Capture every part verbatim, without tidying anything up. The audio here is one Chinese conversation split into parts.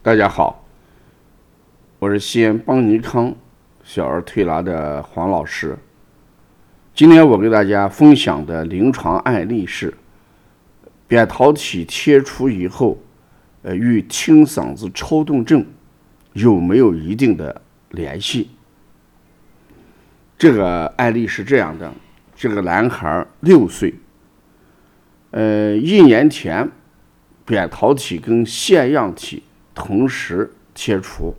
大家好，我是西安邦尼康小儿推拿的黄老师。今天我给大家分享的临床案例是扁桃体切除以后，呃，与清嗓子抽动症有没有一定的联系？这个案例是这样的：这个男孩六岁，呃，一年前扁桃体跟腺样体同时切除。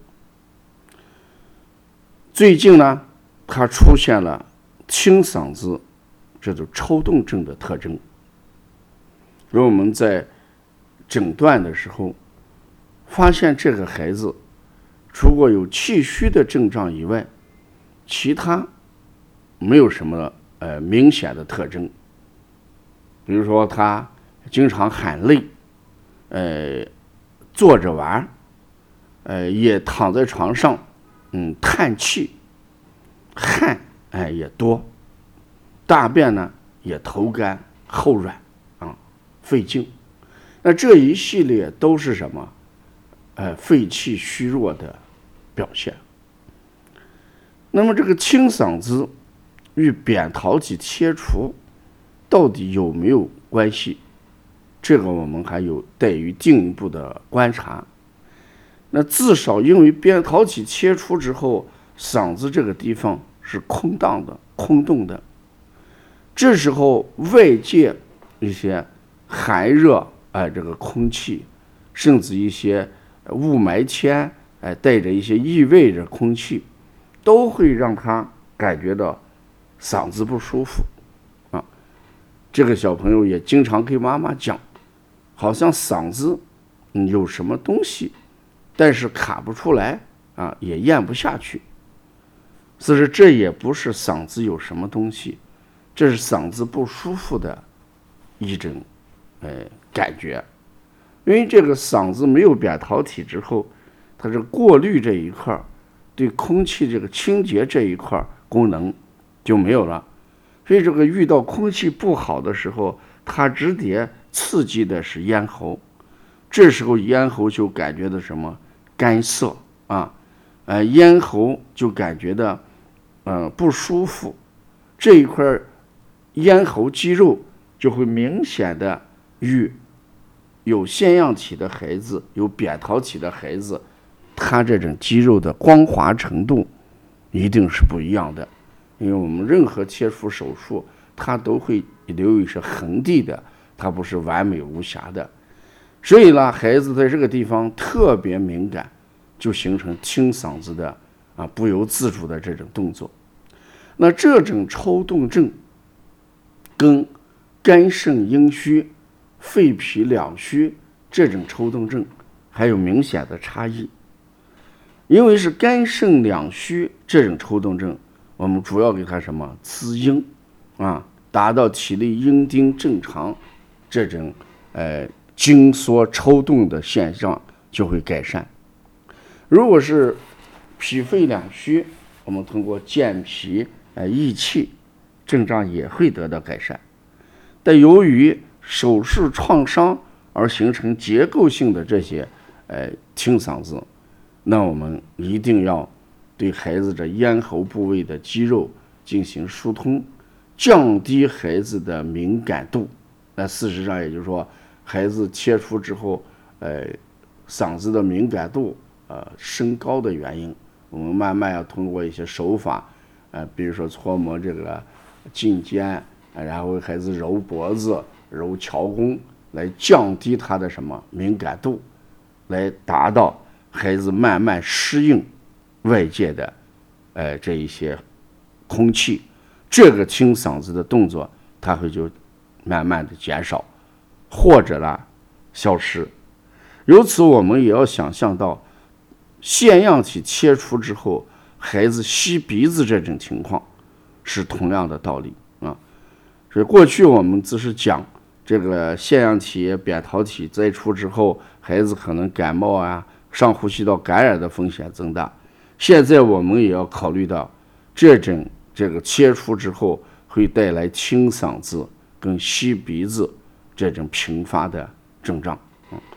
最近呢，他出现了清嗓子这种抽动症的特征。如果我们在诊断的时候发现这个孩子除过有气虚的症状以外，其他没有什么呃明显的特征。比如说他经常喊累，呃，坐着玩，呃，也躺在床上，嗯，叹气，汗，哎、呃、也多，大便呢也头干后软啊，费劲。那这一系列都是什么？呃，肺气虚弱的表现。那么这个清嗓子与扁桃体切除到底有没有关系？这个我们还有待于进一步的观察。那至少因为扁桃体切除之后，嗓子这个地方是空荡的、空洞的，这时候外界一些寒热，哎，这个空气，甚至一些雾霾天，哎，带着一些异味的空气，都会让他感觉到嗓子不舒服啊。这个小朋友也经常跟妈妈讲，好像嗓子嗯有什么东西，但是卡不出来啊，也咽不下去。所以说这也不是嗓子有什么东西，这是嗓子不舒服的一种呃感觉。因为这个嗓子没有扁桃体之后，它这过滤这一块，对空气这个清洁这一块功能就没有了。所以这个遇到空气不好的时候，它直接刺激的是咽喉，这时候咽喉就感觉到什么干涩啊，呃，咽喉就感觉到呃不舒服，这一块咽喉肌肉就会明显的与有腺样体的孩子、有扁桃体的孩子，他这种肌肉的光滑程度一定是不一样的。因为我们任何切除手术，它都会留有一些痕迹的，它不是完美无瑕的。所以呢，孩子在这个地方特别敏感，就形成清嗓子的啊不由自主的这种动作。那这种抽动症跟肝肾阴虚、肺脾两虚这种抽动症还有明显的差异。因为是肝肾两虚这种抽动症，我们主要给它什么滋阴啊，达到体内阴经正常，这种呃经缩抽动的现象就会改善。如果是脾肺两虚，我们通过健脾呃益气，症状也会得到改善。但由于手术创伤而形成结构性的这些呃清嗓子，那我们一定要对孩子的咽喉部位的肌肉进行疏通，降低孩子的敏感度。那事实上也就是说，孩子切除之后，呃，嗓子的敏感度呃升高的原因，我们慢慢要通过一些手法，呃，比如说搓摩这个颈肩，然后孩子揉脖子、揉桥弓，来降低他的什么敏感度，来达到孩子慢慢适应外界的呃这一些空气，这个清嗓子的动作它会就慢慢的减少或者呢消失。由此我们也要想象到腺样体切除之后孩子吸鼻子这种情况是同样的道理啊。所以过去我们只是讲这个腺样体、扁桃体摘除之后，孩子可能感冒啊、上呼吸道感染的风险增大。现在我们也要考虑到，这种这个切除之后会带来清嗓子跟吸鼻子这种频发的症状。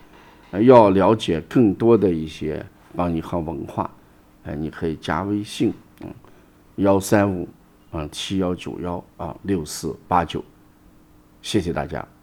呃要了解更多的一些邦尼康文化，哎、呃，你可以加微信，嗯，幺三五啊七幺九幺啊六四八九，谢谢大家。